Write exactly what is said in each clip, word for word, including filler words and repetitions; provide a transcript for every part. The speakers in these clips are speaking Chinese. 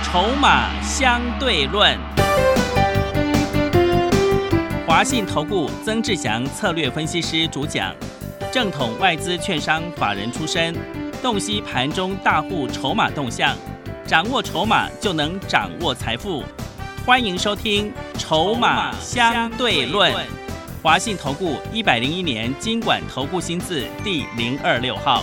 筹码相对论。华信投顾曾志祥策略分析师主讲，正统外资券商法人出身，洞悉盘中大户筹码动向，掌握筹码就能掌握财富。欢迎收听《筹码相对论》。华信投顾一百零一年金管投顾新字第零二六号。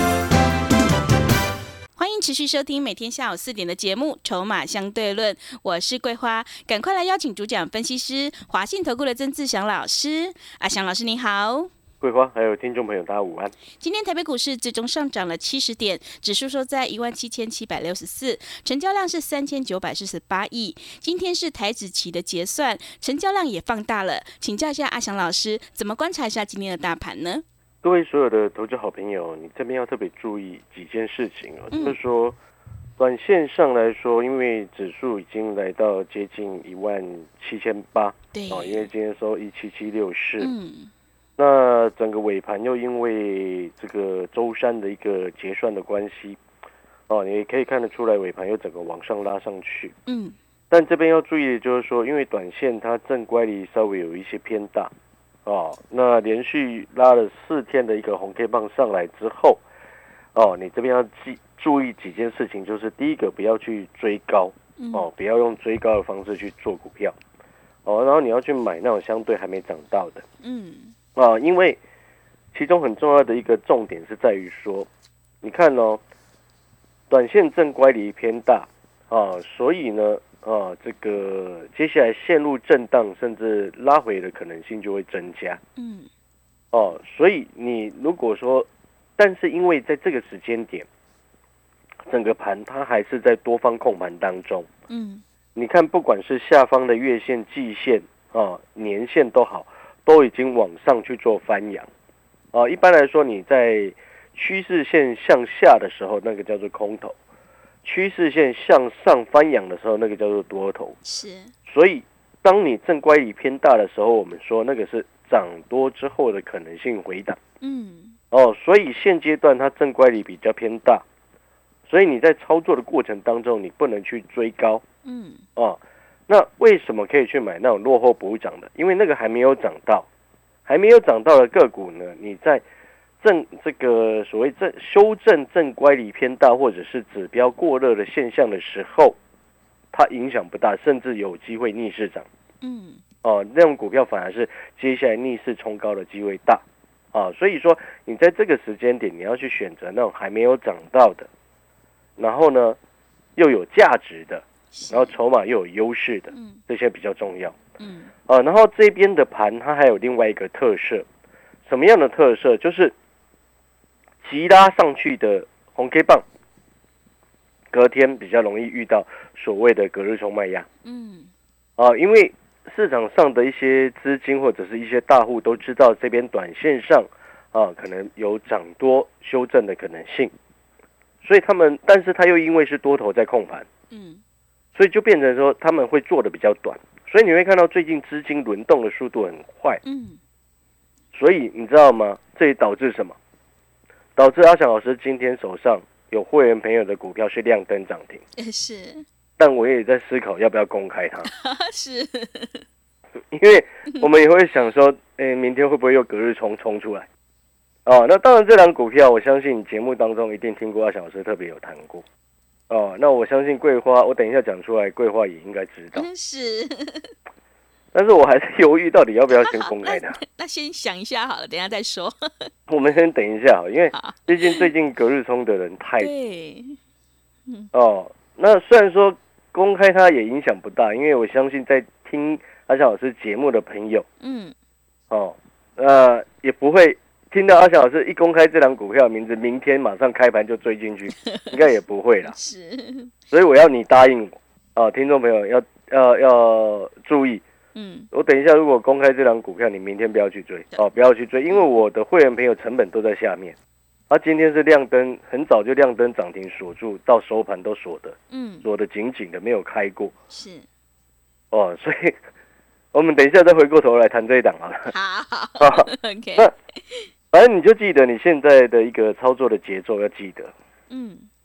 欢迎持续收听每天下午四点的节目《筹码相对论》，我是桂花，赶快来邀请主讲分析师华信投顾的曾志祥老师。阿祥老师你好。 桂花还有听众朋友大家午安。 今天台北股市最终上涨了七十点，指数收在一万七千七百六十四，成交量是三千九百四十八亿。今天是台指期的结算，成交量也放大了。请教一下阿祥老师，怎么观察一下今天的大盘呢？ 各位所有的投资好朋友，你这边要特别注意几件事情哦，嗯、就是说，短线上来说，因为指数已经来到接近一万七千八，对，哦，因为今天收一七七六四，嗯，那整个尾盘又因为这个周三的一个结算的关系，哦，你可以看得出来尾盘又整个往上拉上去，嗯，但这边要注意的就是说，因为短线它正乖离稍微有一些偏大。哦，那连续拉了四天的一个红 K 棒上来之后，哦，你这边要记注意几件事情，就是第一个不要去追高，哦，不要用追高的方式去做股票，哦，然后你要去买那种相对还没涨到的，嗯，啊，因为其中很重要的一个重点是在于说，你看哦，短线正乖离偏大啊，所以呢。啊，这个接下来陷入震荡甚至拉回的可能性就会增加。嗯，哦，所以你如果说，但是因为在这个时间点，整个盘它还是在多方控盘当中。嗯，你看，不管是下方的月线、季线啊、年线都好，都已经往上去做翻扬。啊，一般来说，你在趋势线向下的时候，那个叫做空头。趋势线向上翻扬的时候，那个叫做多头。是，所以当你正乖离偏大的时候，我们说那个是涨多之后的可能性回档。嗯，哦，所以现阶段它正乖离比较偏大，所以你在操作的过程当中，你不能去追高。嗯，哦，那为什么可以去买那种落后补涨的？因为那个还没有涨到，还没有涨到的个股呢，你在正这个所谓正修正正乖离偏大，或者是指标过热的现象的时候，它影响不大，甚至有机会逆势涨。嗯，哦，那种股票反而是接下来逆势冲高的机会大。啊，所以说你在这个时间点，你要去选择那种还没有涨到的，然后呢又有价值的，然后筹码又有优势的，这些比较重要。嗯，啊，然后这边的盘它还有另外一个特色，什么样的特色？就是急拉上去的红 K 棒，隔天比较容易遇到所谓的隔日冲卖压。嗯，啊，因为市场上的一些资金或者是一些大户都知道这边短线上啊可能有涨多修正的可能性，所以他们，但是他又因为是多头在控盘，嗯，所以就变成说他们会做的比较短，所以你会看到最近资金轮动的速度很快。嗯，所以你知道吗？这也导致什么？导致阿翔老师今天手上有会员朋友的股票是亮灯涨停， 是， 但我也在思考要不要公开它。 是， 因为我们也会想说，哎，明天会不会又隔日冲冲出来？哦，那当然，这档股票我相信节目当中一定听过阿翔老师特别有谈过。哦，那我相信桂花，我等一下讲出来，桂花也应该知道。 是。 但是我还是犹豫到底要不要先公开它。 那, 那先想一下好了，等一下再说。 我们先等一下，因为毕竟最近隔日冲的人太多。 对。 嗯、哦，那虽然说公开它也影响不大，因为我相信在听阿翔老师节目的朋友，嗯，哦，呃，也不会听到阿翔老师一公开这档股票的名字，明天马上开盘就追进去，应该也不会啦。 是。所以我要你答应我，哦，听众朋友要要要注意。嗯，我等一下如果公开这档股票，你明天不要去追哦，不要去追，因为我的会员朋友成本都在下面。他、啊、今天是亮灯，很早就亮灯涨停锁住，到收盘都锁的，嗯，锁的紧紧的，没有开过。 是， 哦，所以我们等一下再回过头来谈这一档好了。 好，好 ，OK。 那反正你就记得你现在的一个操作的节奏要记得，嗯，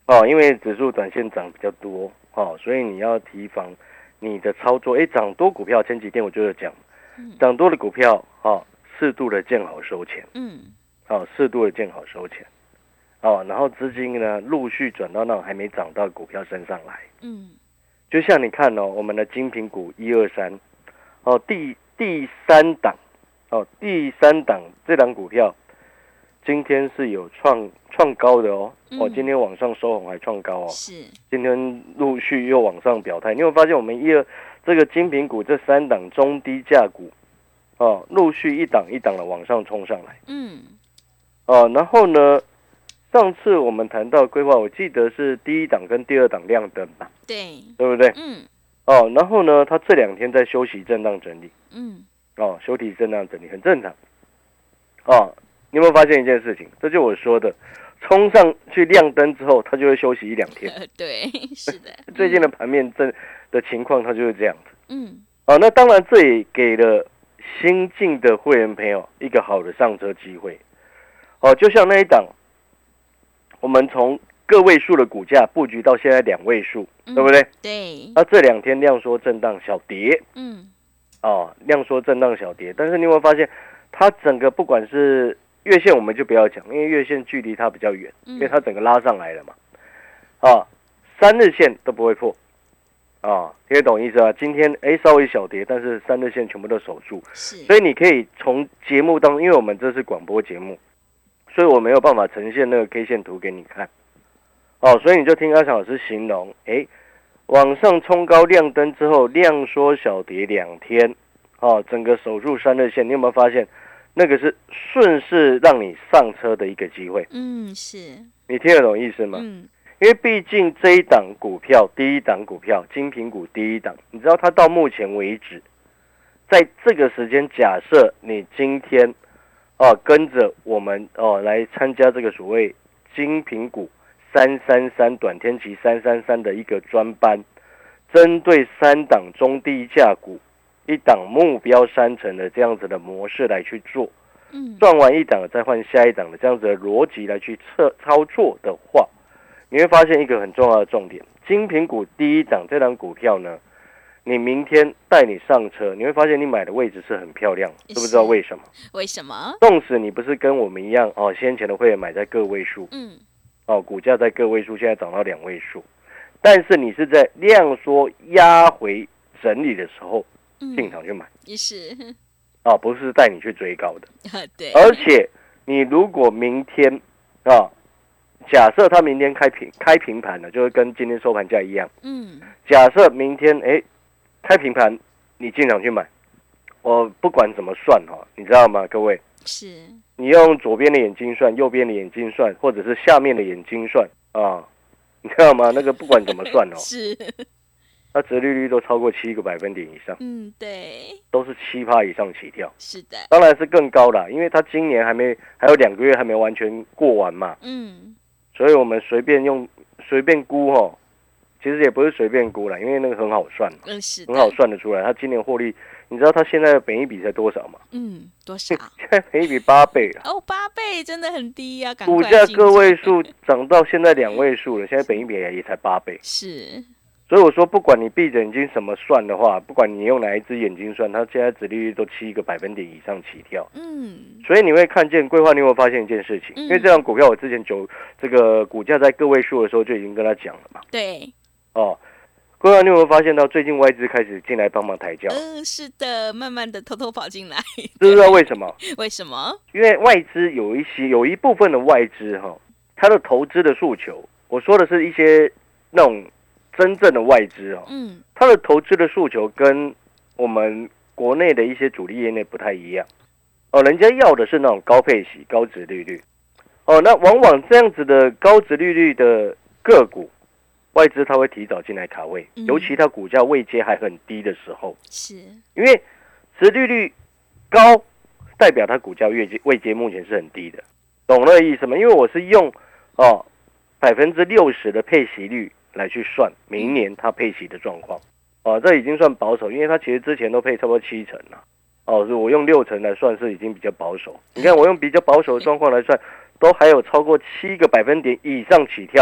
哦，因为指数短线涨比较多，哦，所以你要提防你的操作。哎，涨多股票前几天我就有讲，涨多的股票，哦，适度的见好收钱，嗯，哦，适度的见好收钱，哦，然后资金呢陆续转到那种还没涨到的股票身上来，嗯，就像你看哦，我们的精品股一二三，哦，第第三档，哦，第三档这档股票。今天是有创创高的哦，嗯、哦，今天往上收红还创高哦，是，今天陆续又往上表态，你有发现我们一二这个精品股这三档中低价股，哦，陆续一档一档的往上冲上来，嗯，哦，然后呢，上次我们谈到规划，我记得是第一档跟第二档亮灯吧，对，对不对？嗯，哦，然后呢，它这两天在休息震荡整理，嗯，哦，休息震荡整理很正常，哦。你有没有发现一件事情？这就是我说的，冲上去亮灯之后，它就会休息一两天。 呃、对，是的。 最近的盘面正的情况，它就是这样子。嗯。哦，那当然，这也给了新进的会员朋友一个好的上车机会。哦，就像那一档，我们从个位数的股价布局到现在两位数，嗯、对不对？ 对。 那这两天量缩震荡小跌。嗯。哦，量缩震荡小跌，但是你有没有发现，它整个不管是月线我们就不要讲，因为月线距离它比较远，因为它整个拉上来了嘛，啊，三日线都不会破，啊，听得懂意思啊？今天哎稍微小跌，但是三日线全部都守住，所以你可以从节目当中，因为我们这是广播节目，所以我没有办法呈现那个 K 线图给你看，哦、啊，所以你就听阿翔老师形容，哎，往上冲高亮灯之后，量缩小跌两天，哦、啊，整个守住三日线，你有没有发现？那个是顺势让你上车的一个机会，嗯，是，你听得懂意思吗？嗯，因为毕竟这一档股票，第一档股票，精品股第一档，你知道它到目前为止，在这个时间，假设你今天哦、啊、跟着我们哦、啊、来参加这个所谓精品股三三三短天期三三三的一个专班，针对三档中低价股。一档目标三成的这样子的模式来去做，嗯，赚完一档再换下一档的这样子的逻辑来去测操作的话，你会发现一个很重要的重点：精品股第一档这档股票呢，你明天带你上车，你会发现你买的位置是很漂亮，知不知道为什么？ 为什么？ 纵使你不是跟我们一样哦，先前的会员买在个位数，嗯，哦，股价在个位数，现在涨到两位数，但是你是在量缩压回整理的时候。进场去买， 也是啊，不是带你去追高的， 对。 而且你如果明天啊，假设它明天开平开平盘了，就会跟今天收盘价一样。嗯。假设明天哎开平盘，你进场去买，我不管怎么算哈，你知道吗，各位？ 是。 你用左边的眼睛算，右边的眼睛算，或者是下面的眼睛算啊，你知道吗？那个不管怎么算哦。 是。 它殖利率都超过七个百分点以上， 嗯，对， 都是七趴以上起跳， 是的， 当然是更高啦，因为它今年还没还有两个月还没完全过完嘛，嗯，所以我们随便用随便估哈，其实也不是随便估啦，因为那个很好算， 嗯，是很好算得出来。它今年获利，你知道它现在的本益比才多少吗？ 嗯，多少？ 现在本益比八倍了。 哦，八倍真的很低呀、啊， 股价个位数涨到现在两位数了，现在本益比也才八倍， 是。 所以我说，不管你闭着眼睛怎么算的话，不管你用哪一只眼睛算，它现在殖利率都七个百分点以上起跳。嗯，所以你会看见规划，你有没有发现一件事情？嗯、因为这张股票我之前九这个股价在个位数的时候就已经跟他讲了嘛。 对。 哦，规划，你有没有发现到最近外资开始进来帮忙抬轿？ 嗯，是的，慢慢的偷偷跑进来。 知不知道为什么？ 为什么？ 因为外资有一些有一部分的外资哈，它的投资的诉求，我说的是一些那种。真正的外资哦，嗯，它的投资的诉求跟我们国内的一些主力业内不太一样哦，人家要的是那种高配息、高殖利率哦，那往往这样子的高殖利率的个股，外资它会提早进来卡位，嗯、尤其它股价位阶还很低的时候， 是因为殖利率高，代表它股价位阶位阶目前是很低的，懂那个意思吗？因为我是用哦百分之六十的配息率。来去算明年它配息的状况，哦、啊，这已经算保守，因为它其实之前都配差不多七成了，哦、啊，所以我用六成来算是已经比较保守。你看我用比较保守的状况来算，都还有超过七个百分点以上起跳，哎，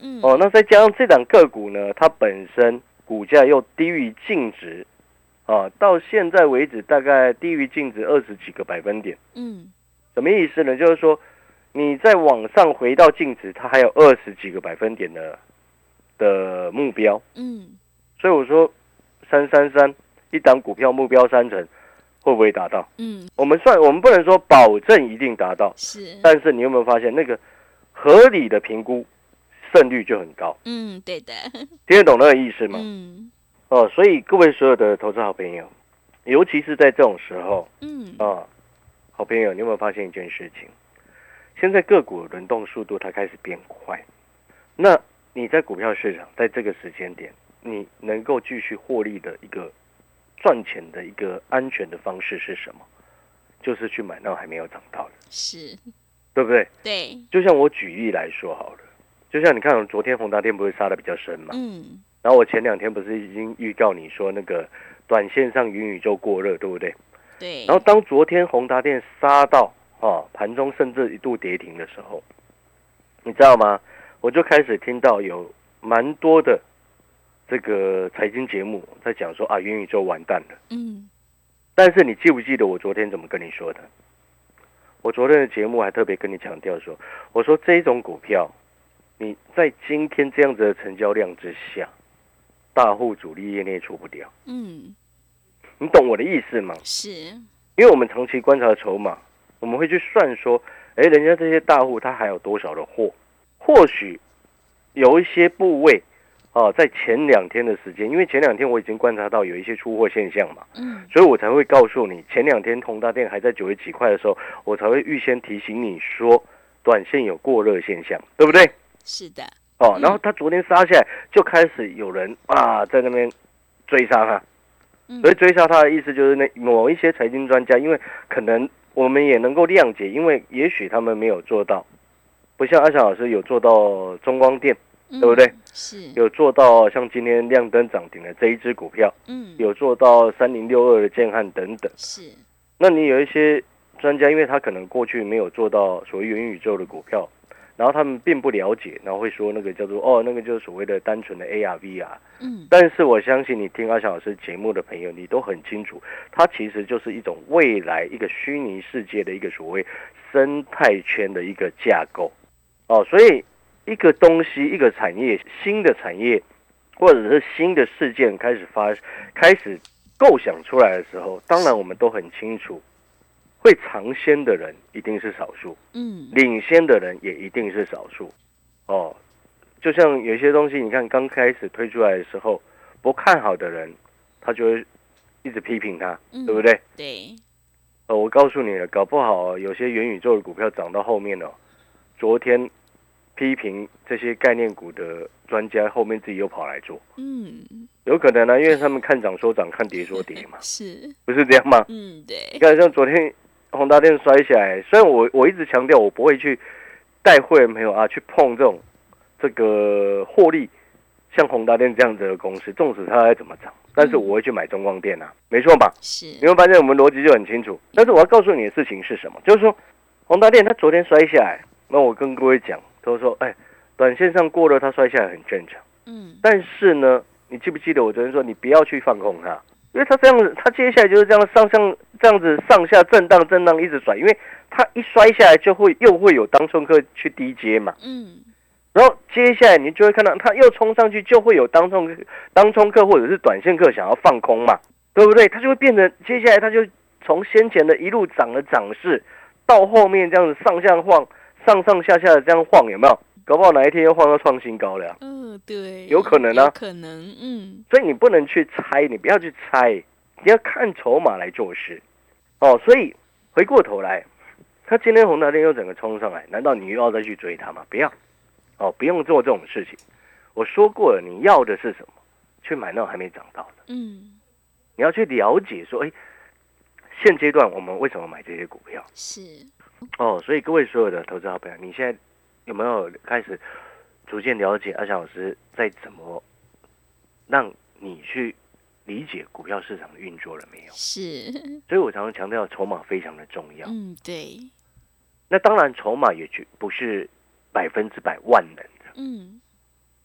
嗯， 哦，那再加上这档个股呢，它本身股价又低于净值，啊，到现在为止大概低于净值二十几个百分点。 嗯， 什么意思呢？就是说你再往上回到净值，它还有二十几个百分点的的目标。 嗯， 所以我说三三三一档股票目标三成，会不会达到？ 嗯， 我们算，我们不能说保证一定达到， 是， 但是你有没有发现那个合理的评估胜率就很高？ 嗯，对的， 听得懂那个意思吗？ 嗯， 哦，所以各位所有的投资好朋友，尤其是在这种时候， 嗯， 啊，好朋友，你有没有发现一件事情？现在个股轮动速度它开始变快，那你在股票市场在这个时间点，你能够继续获利的一个赚钱的一个安全的方式是什么？就是去买那种还没有涨到的， 是， 对不对？ 对， 就像我举例来说好了，就像你看，昨天宏达电不是杀的比较深嘛？ 嗯， 然后我前两天不是已经预告你说那个短线上元宇宙过热，对不对？ 对， 然后当昨天宏达电杀到啊盘中甚至一度跌停的时候，你知道吗？我就开始听到有蛮多的这个财经节目在讲说啊元宇宙完蛋了。 嗯， 但是你记不记得我昨天怎么跟你说的？我昨天的节目还特别跟你强调说，我说这种股票，你在今天这样子的成交量之下，大户主力业内出不掉。 嗯， 你懂我的意思吗？ 是， 因为我们长期观察筹码，我们会去算说，哎，人家这些大户他还有多少的货？或许有一些部位啊，在前两天的时间，因为前两天我已经观察到有一些出货现象嘛， 嗯， 所以我才会告诉你，前两天宏达电还在九十几块的时候，我才会预先提醒你说，短线有过热现象，对不对？ 是的， 哦，然后他昨天杀下来，就开始有人啊在那边追杀他。所以追杀他的意思就是那某一些财经专家，因为可能我们也能够谅解，因为也许他们没有做到，不像阿翔老师有做到中光电， 嗯， 对不对？ 是， 有做到像今天亮灯涨停的这一支股票， 嗯， 有做到三零六二的建汉等等。 是， 那你有一些专家，因为他可能过去没有做到所谓元宇宙的股票，然后他们并不了解，然后会说那个叫做哦，那个就是所谓的单纯的 A R V R。 嗯， 但是我相信你听阿翔老师节目的朋友，你都很清楚，它其实就是一种未来一个虚拟世界的一个所谓生态圈的一个架构。哦，所以一个东西、一个产业、新的产业，或者是新的事件开始发、开始构想出来的时候，当然我们都很清楚，会尝鲜的人一定是少数， 嗯， 领先的人也一定是少数。哦。就像有些东西，你看刚开始推出来的时候，不看好的人，他就会一直批评他， 嗯， 对不对？ 对， 呃，我告诉你了，搞不好有些元宇宙的股票涨到后面了，昨天批评这些概念股的专家，后面自己又跑来做， 嗯， 有可能啊，因为他们看涨说涨，看跌说跌嘛， 是， 不是这样吗？ 嗯，对， 你看像昨天宏达电摔下来，虽然我我一直强调我不会去带会员朋友啊去碰这种。这个获利像宏达电这样子的公司，纵使它再怎么涨，但是我会去买中光电啊，没错吧？ 是， 你会发现我们逻辑就很清楚。但是我要告诉你的事情是什么？就是说，宏达电它昨天摔下来，那我跟各位讲，都说，哎，短线上过热，它摔下来很正常。 嗯， 但是呢，你记不记得我昨天说，你不要去放空它，因为它这样子，它接下来就是这样上上这样子上下震荡震荡一直甩，因为它一摔下来就会又会有当冲客去低接嘛。 嗯。 然后接下来你就会看到它又冲上去，就会有当冲当冲客或者是短线客想要放空嘛，对不对？它就会变成接下来它就从先前的一路涨的涨势，到后面这样子上下晃，上上下下的这样晃，有没有？搞不好哪一天又晃到创新高了。 嗯、呃，对， 有可能啊， 有可能，嗯。 所以你不能去猜，你不要去猜，你要看筹码来做事。哦，所以回过头来，他今天宏达电又整个冲上来，难道你又要再去追它吗？不要。哦，不用做这种事情。我说过了，你要的是什么？去买那种还没涨到的。 嗯， 你要去了解说，哎，现阶段我们为什么买这些股票？ 是。 哦，所以各位所有的投资好朋友，你现在有没有开始逐渐了解阿翔老师在怎么让你去理解股票市场的运作了没有？ 是。 所以我常常强调筹码非常的重要。 嗯，对。 那当然，筹码也不是百分之百万能的。 嗯，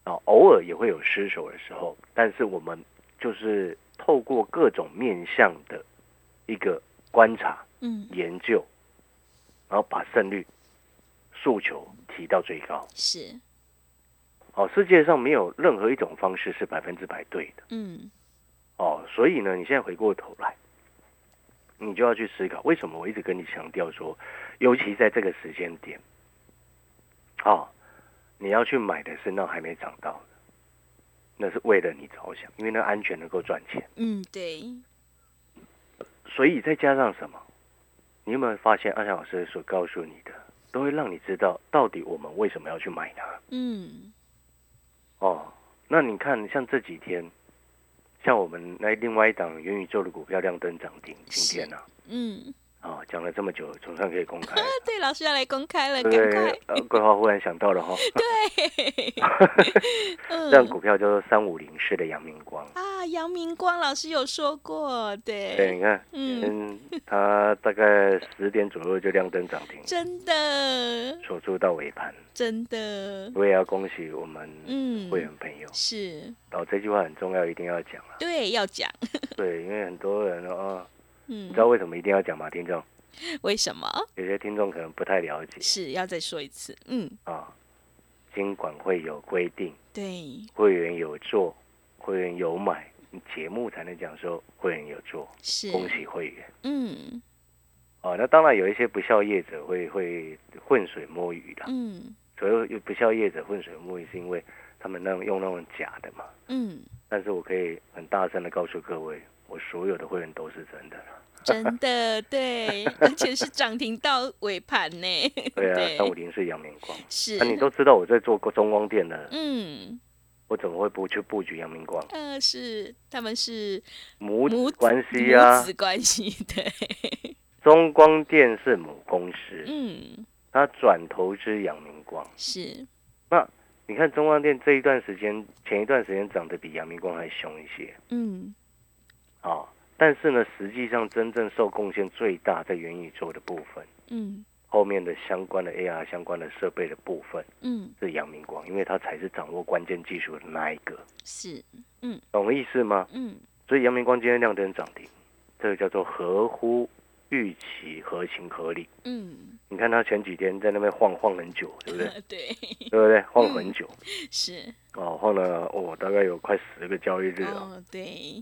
啊，偶尔也会有失手的时候，但是我们就是透过各种面向的一个观察、嗯，研究，然后把胜率诉求提到最高。 是， 哦，世界上没有任何一种方式是百分之百对的。 嗯， 哦，所以呢，你现在回过头来，你就要去思考，为什么我一直跟你强调说，尤其在这个时间点，哦，你要去买的是那还没涨到的，那是为了你着想，因为那安全能够赚钱。 嗯，对。 所以再加上什么？你有没有发现阿翔老师所告诉你的，都会让你知道到底我们为什么要去买它？嗯。哦，那你看，像这几天，像我们那另外一档元宇宙的股票亮灯涨停，今天啊，嗯。哦，讲了这么久，总算可以公开了。 对，老师要来公开了，赶快！ 呃，桂花忽然想到了哈。 对， 这样股票叫做三五零四的阳明光啊，阳明光老师有说过，对。 对，你看，嗯，它大概十点左右就亮灯涨停， 真的， 守住到尾盘， 真的。 我也要恭喜我们会员朋友。 嗯、是。 哦，这句话很重要，一定要讲了。 对，要讲。 对，因为很多人哦。嗯，你知道为什么一定要讲吗？听众？ 为什么？ 有些听众可能不太了解。 是要再说一次。嗯。 啊，金管会有规定， 对， 会员有做，会员有买，节目才能讲说会员有做。 是， 恭喜会员。嗯。哦，那当然有一些不肖业者会会浑水摸鱼啦。嗯。所谓不肖业者浑水摸鱼，是因为他们那种用那种假的嘛。嗯。但是我可以很大声的告诉各位。我所有的会员都是真的了， 真的对，而且是涨停到尾盘呢。 对啊，三五零是阳明光， 是。 那、啊、你都知道我在做中光电的，嗯，我怎么会不去布局阳明光？ 呃，是他们是母子关系啊， 母子关系对。 中光电是母公司，嗯，它转投资阳明光， 是。 那你看中光电这一段时间，前一段时间涨得比阳明光还凶一些，嗯。哦，但是呢，实际上真正受贡献最大在元宇宙的部分，嗯，后面的相关的 A R 相关的设备的部分，嗯，是阳明光，因为它才是掌握关键技术的那一个， 是，嗯， 懂我意思吗？嗯，所以阳明光今天亮灯涨停，这个叫做合乎预期、合情合理。嗯，你看它前几天在那边晃晃很久，对不对？ 对， 对不对？晃很久， 嗯、是。 哦，晃了哦，大概有快十个交易日了。 哦，对。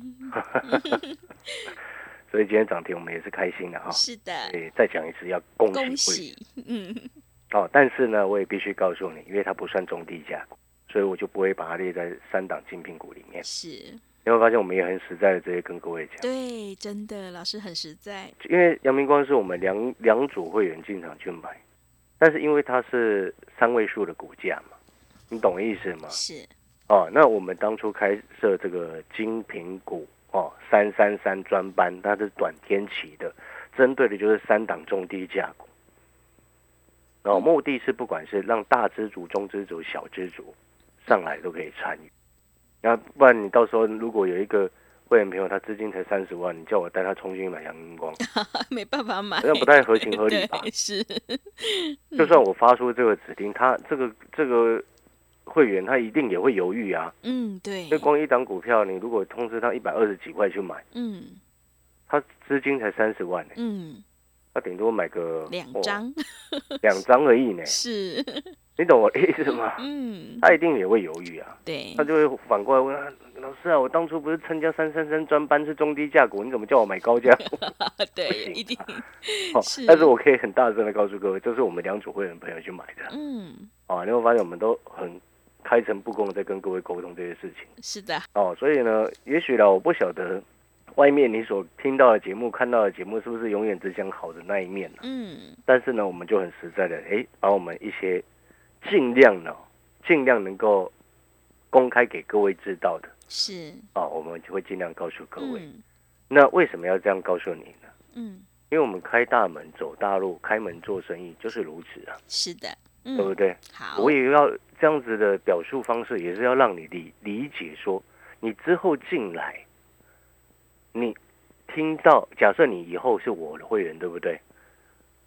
所以今天涨停，我们也是开心的哈。 是的。 对，再讲一次，要恭喜。 恭喜。嗯。 哦，但是呢，我也必须告诉你，因为它不算中低价股，所以我就不会把它列在三档精品股里面。 是。 你会发现我们也很实在的直接跟各位讲。 对，真的，老师很实在。 因为阳明光是我们两两组会员进场去买，但是因为它是三位数的股价嘛。你懂意思吗？ 是哦，那我们当初开设这个精品股哦，三三三专班，它是短天期的，针对的就是三档中低价股。然后目的是不管是让大资族、中资族、小资族上来都可以参与。那不然你到时候如果有一个会员朋友他资金才三十万，你叫我带他冲进去买阳明光， 没办法买， 好像不太合情合理吧？ 是， 就算我发出这个指令，他这个这个。会员他一定也会犹豫啊， 嗯，对， 因为光一档股票，你如果通知他一百二十几块去买，嗯，他资金才三十万呢，嗯，他顶多买个两张， 两张而已呢， 是， 你懂我的意思吗？ 嗯， 他一定也会犹豫啊， 对， 他就会反过来问他，老师啊，我当初不是参加三三三专班是中低价股，你怎么叫我买高价股？ 对，一定， 哦，是，但是我可以很大声的告诉各位，这是我们两组会员朋友去买的，嗯，哦，你会发现我们都很。开诚布公的在跟各位沟通这些事情， 是的哦，所以呢，也许呢，我不晓得外面你所听到的节目、看到的节目是不是永远只讲好的那一面呢？嗯，但是呢，我们就很实在的，哎，把我们一些尽量呢，尽量能够公开给各位知道的， 是哦，我们就会尽量告诉各位。嗯、那为什么要这样告诉你呢？嗯，因为我们开大门走大路，开门做生意就是如此啊。 是的。 对不对？ 好， 我也要这样子的表述方式，也是要让你理理解说，你之后进来，你听到，假设你以后是我的会员，对不对？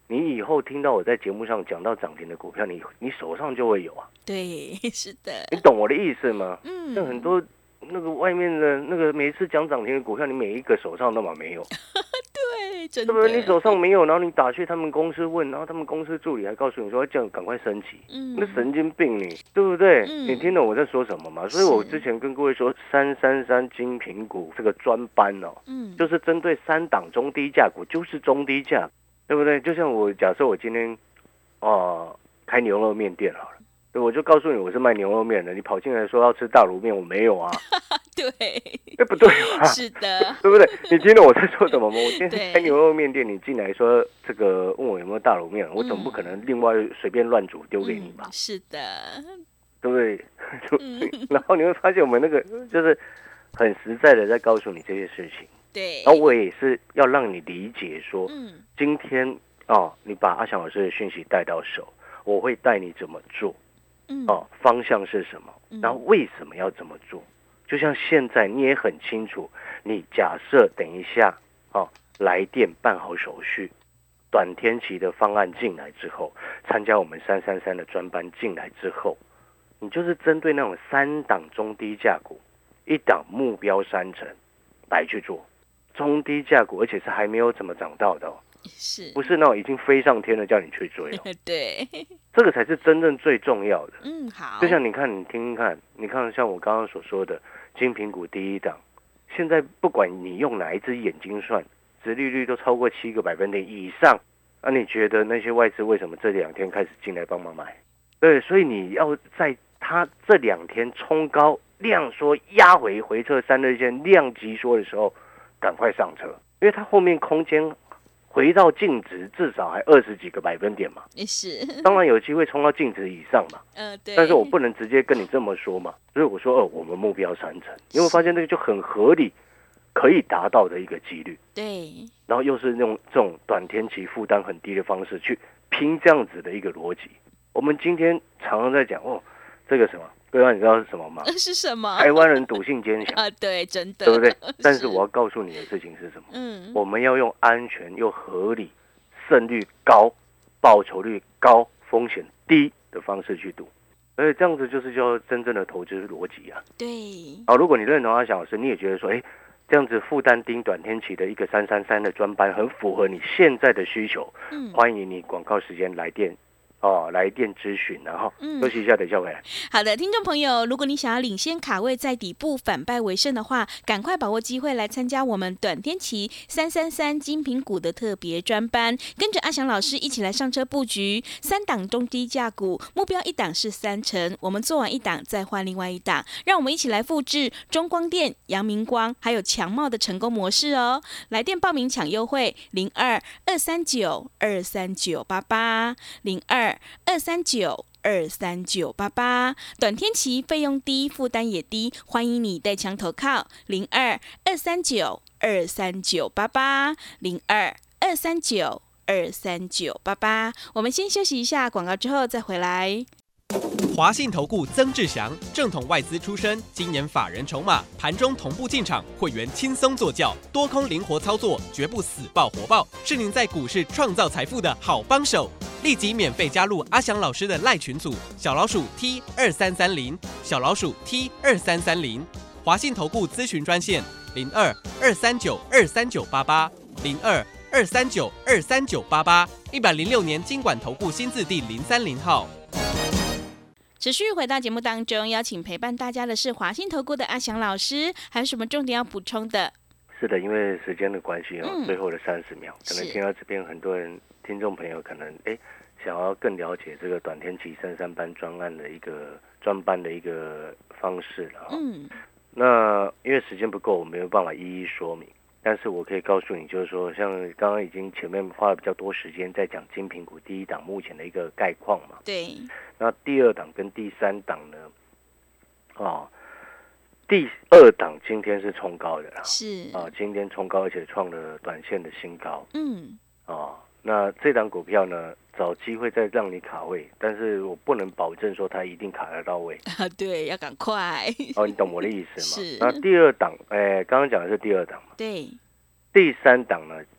你以后听到我在节目上讲到涨停的股票，你你手上就会有啊。 对，是的。 你懂我的意思吗？ 嗯， 像很多那个外面的那个每一次讲涨停的股票，你每一个手上都嘛没有。 对，真的。 对不对？你手上没有，然后你打去他们公司问，然后他们公司助理还告诉你说这样赶快升级，嗯，那神经病你，对不对？嗯，你听懂我在说什么吗？所以我之前跟各位说，三三三精品股这个专班哦，嗯，就是针对三档中低价股，就是中低价，对不对？就像我假设我今天哦、呃、开牛肉面店好了，对，我就告诉你我是卖牛肉面的，你跑进来说要吃大卤面，我没有啊。 对， 哎，不对吧？ 是的， 对不对？你听懂我在说什么吗？我今天开牛肉面店，你进来说这个问我有没有大卤面，我总不可能另外随便乱煮丢给你吧？ 嗯、是的， 对不对？然后你会发现我们那个就是很实在的在告诉你这些事情。 对， 然后我也是要让你理解说，嗯，今天哦，你把阿翔老师的讯息带到手，我会带你怎么做，嗯，哦，方向是什么，然后为什么要怎么做。就像现在你也很清楚，你假设等一下哦来电办好手续，短天期的方案进来之后，参加我们三三三的专班进来之后，你就是针对那种三档中低价股，一档目标三成来去做中低价股，而且是还没有怎么涨到的哦， 是不是那种已经飞上天了叫你去追哦？ 对， 这个才是真正最重要的。 嗯，好。 就像你看，你听听看，你看像我刚刚所说的精品股第一档，现在不管你用哪一只眼睛算，殖利率都超过七个百分点以上。那、啊、你觉得那些外资为什么这两天开始进来帮忙买？对，所以你要在它这两天冲高量缩压回回撤三日线量急缩的时候，赶快上车，因为它后面空间回到净值至少还二十几个百分点嘛， 是， 当然有机会冲到净值以上嘛， 呃，对， 但是我不能直接跟你这么说嘛，所以我说哦，我们目标三成，你会发现那个就很合理，可以达到的一个几率， 对， 然后又是用这种短天期负担很低的方式去拼这样子的一个逻辑。我们今天常常在讲哦，这个什么，各位你知道是什么吗？ 是什么？ 台湾人赌性坚强啊，对，真的， 对不对？但是我要告诉你的事情是什么？ 嗯， 我们要用安全又合理、胜率高、报酬率高、风险低的方式去赌，而且这样子就是叫真正的投资逻辑啊。 对。 好，如果你认同阿翔老师，你也觉得说，哎，这样子负担低短天期的一个三三三的专班很符合你现在的需求，嗯，欢迎你广告时间来电。哦，来电咨询，然后休息一下，等一下回来。 好的，听众朋友，如果你想要领先卡位在底部反败为胜的话，赶快把握机会来参加我们短天期三三三精品股的特别专班，跟着阿翔老师一起来上车布局三档中低价股，目标一档是三成，我们做完一档再换另外一档，让我们一起来复制中光电、阳明光还有强茂的成功模式哦。来电报名抢优惠零二二三九二三九八八零二。二三九二三九八八，短天期费用低，负担也低，欢迎你带枪投靠零二二三九二三九八八零二二三九二三九八八。我们先休息一下广告，之后再回来。 华信投顾曾志祥，正统外资出身，今年法人筹码，盘中同步进场，会员轻松做教，多空灵活操作，绝不死抱活抱，是您在股市创造财富的好帮手。立即免费加入阿翔老师的赖群组，小老鼠 T 二三三零，小老鼠 T 二三三零，华信投顾咨询专线零二二三九二三九八八零二二三九二三九八八，一百零六年金管投顾新字第零三零号。 持续回到节目当中，邀请陪伴大家的是华信投顾的阿翔老师，还有什么重点要补充的？ 是的，因为时间的关系哦，嗯、最后的三十秒，可能听到这边很多人听众朋友可能哎想要更了解这个短天期三三班专案的一个专班的一个方式了哈、哦。嗯，那因为时间不够，我没有办法一一说明。但是我可以告诉你，就是说，像刚刚已经前面花了比较多时间在讲精品股第一档目前的一个概况嘛。 对。 那第二档跟第三档呢？哦。第二档今天是冲高的啦， 是啊，今天冲高而且创了短线的新高， 嗯， 啊，那这档股票呢，找机会再让你卡位，但是我不能保证说它一定卡得到位啊，对，要赶快。 哦，你懂我的意思吗？ 是。 那第二档，哎，刚刚讲的是第二档嘛， 对。 第三档呢，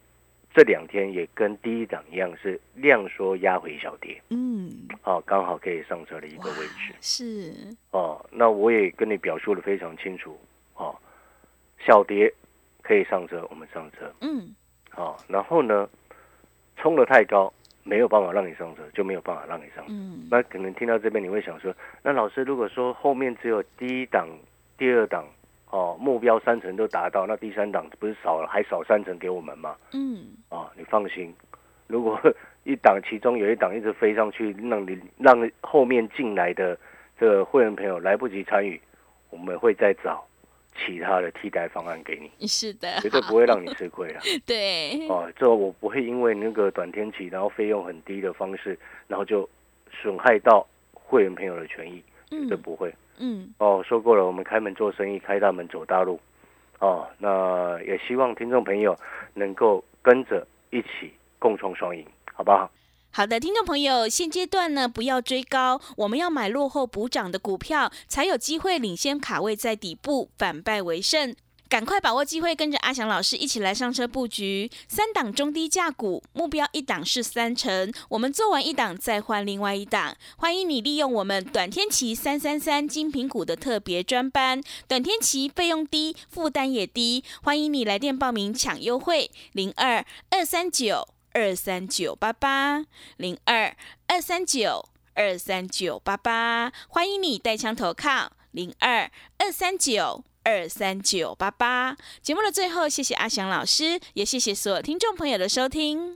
这两天也跟第一档一样，是量缩压回小跌， 嗯， 哦，刚好可以上车的一个位置。 是哦，那我也跟你表述的非常清楚，哦，小跌可以上车，我们上车。 嗯， 哦，然后呢，冲得太高，没有办法让你上车，就没有办法让你上车。 嗯， 那可能听到这边你会想说，那老师如果说后面只有第一档、第二档，哦，目标三成都达到，那第三档不是少了，还少三成给我们吗？ 嗯， 哦，你放心，如果一档其中有一档一直飞上去，让你让后面进来的这个会员朋友来不及参与，我们会再找其他的替代方案给你， 是的， 绝对不会让你吃亏啦。 对， 哦，这我不会因为那个短天期，然后费用很低的方式，然后就损害到会员朋友的权益，绝对不会。 嗯， 哦，说过了，我们开门做生意，开大门走大路。哦，那也希望听众朋友能够跟着一起共创双赢，好不好？ 好的，听众朋友，现阶段呢，不要追高，我们要买落后补涨的股票，才有机会领先卡位在底部，反败为胜。赶快把握机会，跟着阿翔老师一起来上车布局三档中低价股，目标一档是三成，我们做完一档再换另外一档。欢迎你利用我们短天期三三三精品股的特别专班，短天期费用低，负担也低，欢迎你来电报名抢优惠，零二二三九二三九八八零二二三九二三九八八，欢迎你带枪投靠零二二三九。二三九八八。节目的最后，谢谢阿翔老师，也谢谢所有听众朋友的收听。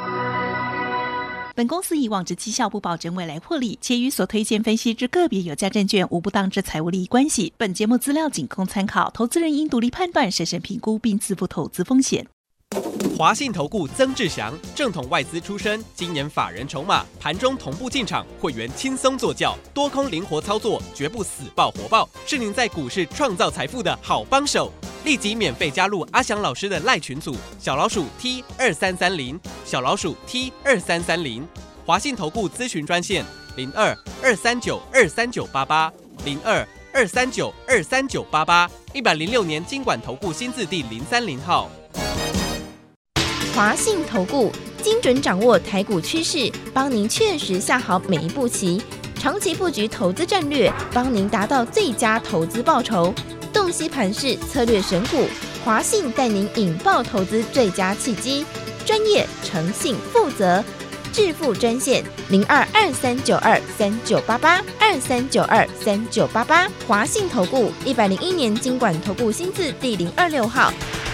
本公司以往之绩效不保证未来获利，且与所推荐分析之个别有价证券无不当之财务利益关系。本节目资料仅供参考，投资人应独立判断、审慎评估并自负投资风险。 华信投顾曾志祥，正统外资出身，今年法人筹码，盘中同步进场，会员轻松做教，多空灵活操作，绝不死抱活抱，是您在股市创造财富的好帮手。立即免费加入阿翔老师的赖群组，小老鼠 T 二三三零，小老鼠 T 二三三零。华信投顾咨询专线零二二三九二三九八八零二二三九二三九八八，一百零六年金管投顾新字第零三零号。 华信投顾精准掌握台股趋势，帮您确实下好每一步棋，长期布局投资战略，帮您达到最佳投资报酬。洞悉盘势，策略选股，华信带您引爆投资最佳契机，专业、诚信、负责，致富专线零二二三九二三九八八二三九二三九八八，华信投顾一百零一年金管投顾新字第零二六号。